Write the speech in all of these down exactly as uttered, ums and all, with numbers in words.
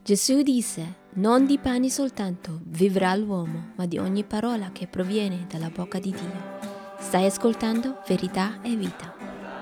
Gesù disse: non di pane soltanto vivrà l'uomo, ma di ogni parola che proviene dalla bocca di Dio. Stai ascoltando Verità e Vita.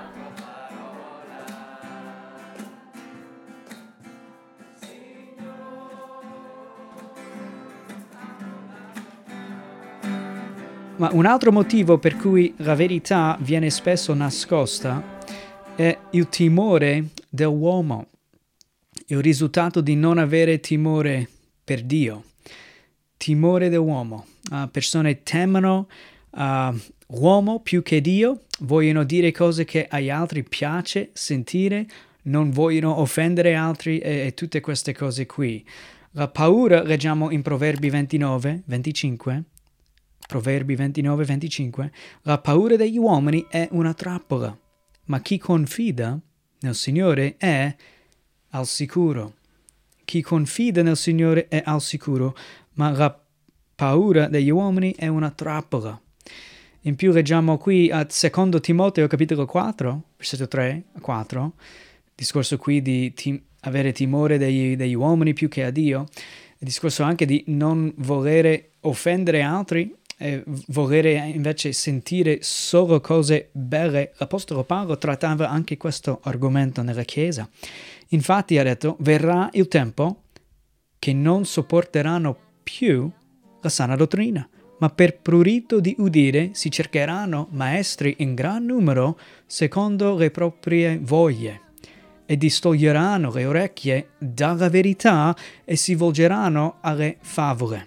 Ma un altro motivo per cui la verità viene spesso nascosta è il timore dell'uomo, il risultato di non avere timore per Dio. Timore dell'uomo. Uh, persone temono uh, l'uomo più che Dio, vogliono dire cose che agli altri piace sentire, non vogliono offendere altri e, e tutte queste cose qui. La paura, leggiamo in Proverbi ventinove venticinque, Proverbi ventinove venticinque, la paura degli uomini è una trappola, ma chi confida nel Signore è al sicuro. Chi confida nel Signore è al sicuro, ma la paura degli uomini è una trappola. In più leggiamo qui a secondo Timoteo capitolo quattro, versetto tre a quattro, discorso qui di tim- avere timore degli, degli uomini più che a Dio, il discorso anche di non volere offendere altri, e volere invece sentire solo cose belle. L'Apostolo Paolo trattava anche questo argomento nella Chiesa. Infatti ha detto: verrà il tempo che non sopporteranno più la sana dottrina, ma per prurito di udire si cercheranno maestri in gran numero secondo le proprie voglie, e distoglieranno le orecchie dalla verità e si volgeranno alle favole.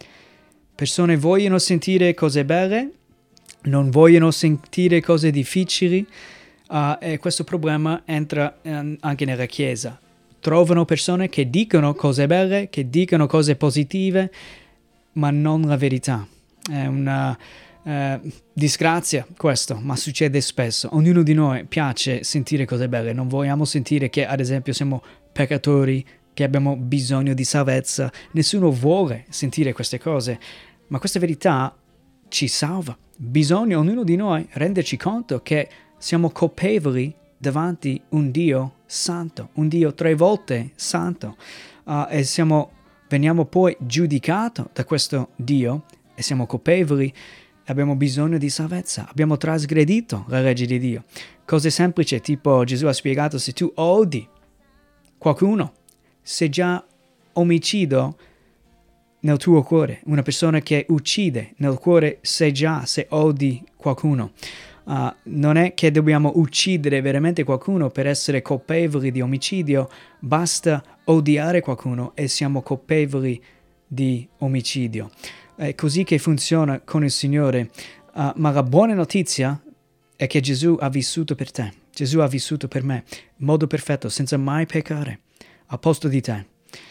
Persone vogliono sentire cose belle, non vogliono sentire cose difficili, uh, e questo problema entra um, anche nella Chiesa. Trovano persone che dicono cose belle, che dicono cose positive, ma non la verità. È una uh, disgrazia questo, ma succede spesso. Ognuno di noi piace sentire cose belle, non vogliamo sentire che ad esempio siamo peccatori, che abbiamo bisogno di salvezza. Nessuno vuole sentire queste cose, ma questa verità ci salva. Bisogna ognuno di noi renderci conto che siamo colpevoli davanti a un Dio santo, un Dio tre volte santo, uh, e siamo, veniamo poi giudicati da questo Dio e siamo colpevoli, abbiamo bisogno di salvezza, abbiamo trasgredito la legge di Dio. Cose semplici, tipo Gesù ha spiegato: se tu odi qualcuno, sei già omicidio nel tuo cuore. Una persona che uccide nel cuore, sei già, se odi qualcuno. Uh, non è che dobbiamo uccidere veramente qualcuno per essere colpevoli di omicidio, basta odiare qualcuno e siamo colpevoli di omicidio. È così che funziona con il Signore. Uh, ma la buona notizia è che Gesù ha vissuto per te. Gesù ha vissuto per me in modo perfetto, senza mai peccare, al posto di te.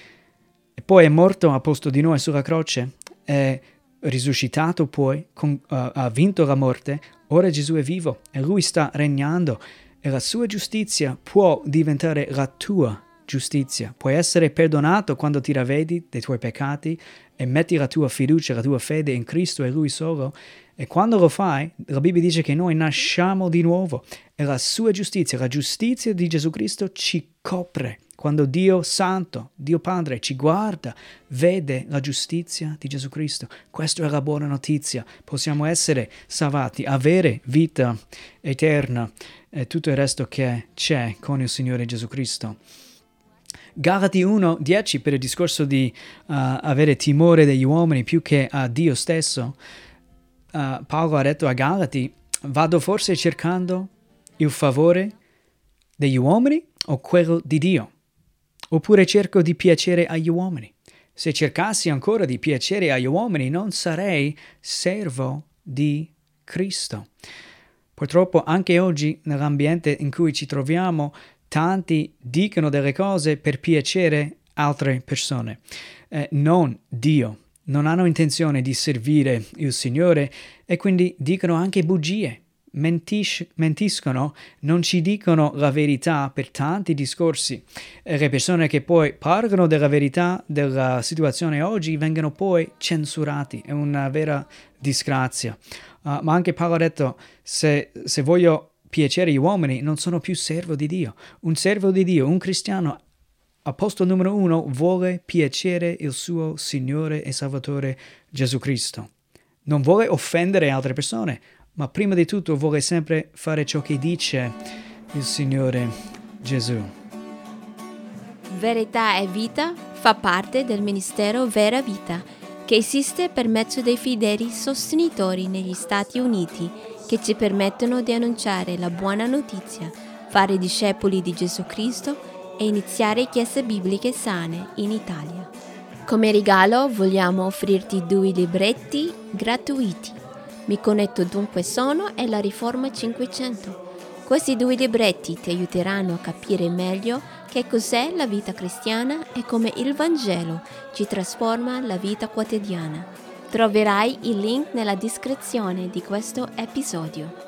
E poi è morto al posto di noi sulla croce, è risuscitato poi, con, uh, ha vinto la morte, ora Gesù è vivo e Lui sta regnando e la sua giustizia può diventare la tua giustizia. Puoi essere perdonato quando ti ravvedi dei tuoi peccati e metti la tua fiducia, la tua fede in Cristo e Lui solo. E quando lo fai, la Bibbia dice che noi nasciamo di nuovo e la sua giustizia, la giustizia di Gesù Cristo ci copre. Quando Dio Santo, Dio Padre ci guarda, vede la giustizia di Gesù Cristo. Questa è la buona notizia. Possiamo essere salvati, avere vita eterna e tutto il resto che c'è con il Signore Gesù Cristo. Galati uno dieci, per il discorso di uh, avere timore degli uomini più che a Dio stesso. Uh, Paolo ha detto a Galati: vado forse cercando il favore degli uomini o quello di Dio? Oppure cerco di piacere agli uomini? Se cercassi ancora di piacere agli uomini, non sarei servo di Cristo. Purtroppo anche oggi, nell'ambiente in cui ci troviamo, tanti dicono delle cose per piacere altre persone, eh, non Dio. Non hanno intenzione di servire il Signore e quindi dicono anche bugie. Mentis- mentiscono, non ci dicono la verità per tanti discorsi. E le persone che poi parlano della verità della situazione oggi vengono poi censurati. È una vera disgrazia. Uh, ma anche Paolo ha detto: se, se voglio piacere agli uomini, non sono più servo di Dio. Un servo di Dio, un cristiano, al posto numero uno vuole piacere il suo Signore e Salvatore Gesù Cristo. Non vuole offendere altre persone, ma prima di tutto vuole sempre fare ciò che dice il Signore Gesù. Verità e Vita fa parte del ministero Vera Vita, che esiste per mezzo dei fedeli sostenitori negli Stati Uniti, che ci permettono di annunciare la buona notizia, fare discepoli di Gesù Cristo e iniziare chiese bibliche sane in Italia. Come regalo vogliamo offrirti due libretti gratuiti. Mi connetto dunque sono e la Riforma cinquecento. Questi due libretti ti aiuteranno a capire meglio che cos'è la vita cristiana e come il Vangelo ci trasforma la vita quotidiana. Troverai il link nella descrizione di questo episodio.